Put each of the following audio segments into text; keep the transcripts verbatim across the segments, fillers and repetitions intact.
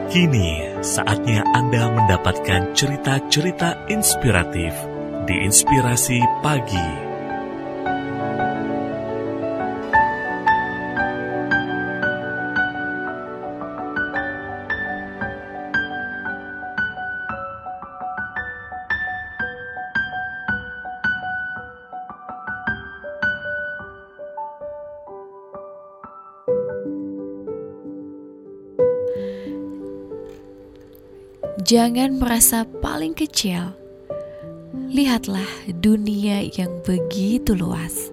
Kini saatnya Anda mendapatkan cerita-cerita inspiratif di Inspirasi Pagi. Jangan merasa paling kecil. Lihatlah dunia yang begitu luas.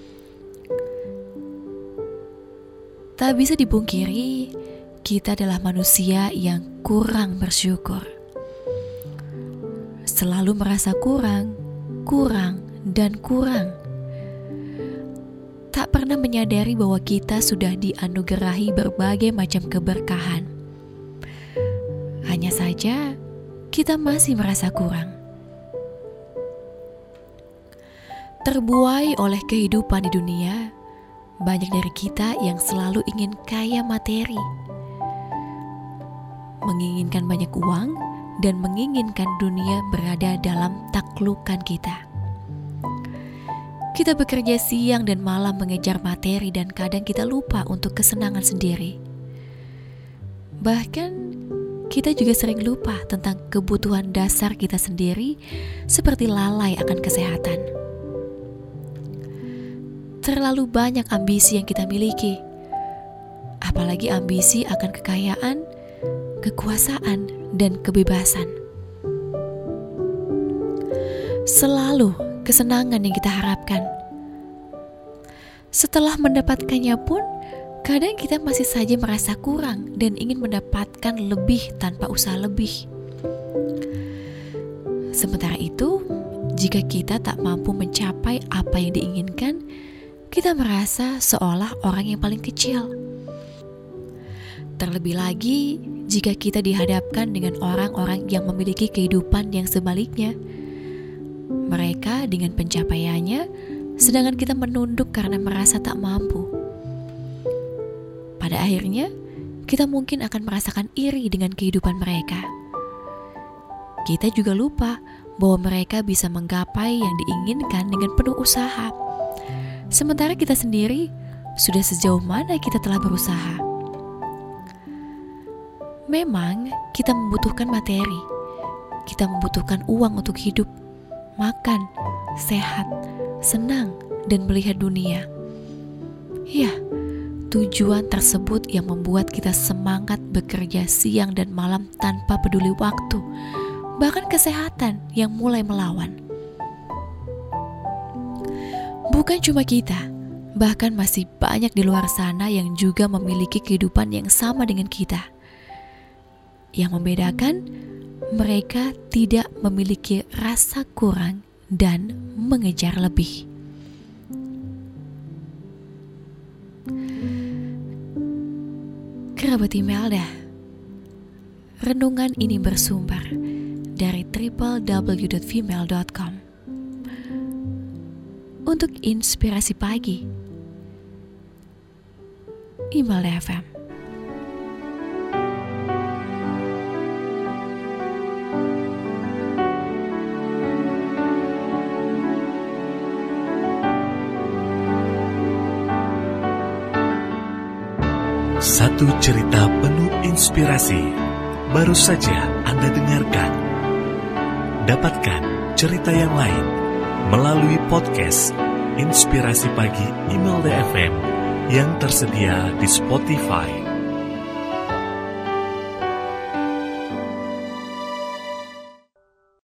Tak bisa dipungkiri, kita adalah manusia yang kurang bersyukur. Selalu merasa kurang, kurang, dan kurang. Tak pernah menyadari bahwa kita sudah dianugerahi berbagai macam keberkahan. Hanya saja, kita masih merasa kurang. Terbuai oleh kehidupan di dunia, banyak dari kita yang selalu ingin kaya materi, menginginkan banyak uang, dan menginginkan dunia berada dalam taklukan kita. Kita bekerja siang dan malam mengejar materi dan kadang kita lupa untuk kesenangan sendiri. Bahkan, kita juga sering lupa tentang kebutuhan dasar kita sendiri, seperti lalai akan kesehatan. Terlalu banyak ambisi yang kita miliki, apalagi ambisi akan kekayaan, kekuasaan, dan kebebasan. Selalu kesenangan yang kita harapkan. Setelah mendapatkannya pun, kadang kita masih saja merasa kurang dan ingin mendapatkan lebih tanpa usaha lebih. Sementara itu, jika kita tak mampu mencapai apa yang diinginkan, kita merasa seolah orang yang paling kecil. Terlebih lagi, jika kita dihadapkan dengan orang-orang yang memiliki kehidupan yang sebaliknya. Mereka dengan pencapaiannya, sedangkan kita menunduk karena merasa tak mampu. Pada akhirnya, kita mungkin akan merasakan iri dengan kehidupan mereka. Kita juga lupa bahwa mereka bisa menggapai yang diinginkan dengan penuh usaha. Sementara kita sendiri, sudah sejauh mana kita telah berusaha. Memang, kita membutuhkan materi. Kita membutuhkan uang untuk hidup, makan, sehat, senang, dan melihat dunia. Ya, tujuan tersebut yang membuat kita semangat bekerja siang dan malam tanpa peduli waktu, bahkan kesehatan yang mulai melawan. Bukan cuma kita, bahkan masih banyak di luar sana yang juga memiliki kehidupan yang sama dengan kita. Yang membedakan, mereka tidak memiliki rasa kurang dan mengejar lebih. Kerabat Imelda, renungan ini bersumber dari w w w dot female dot com. Untuk Inspirasi Pagi, Imelda F M. Satu cerita penuh inspirasi baru saja Anda dengarkan. Dapatkan cerita yang lain melalui podcast Inspirasi Pagi Imelda F M yang tersedia di Spotify.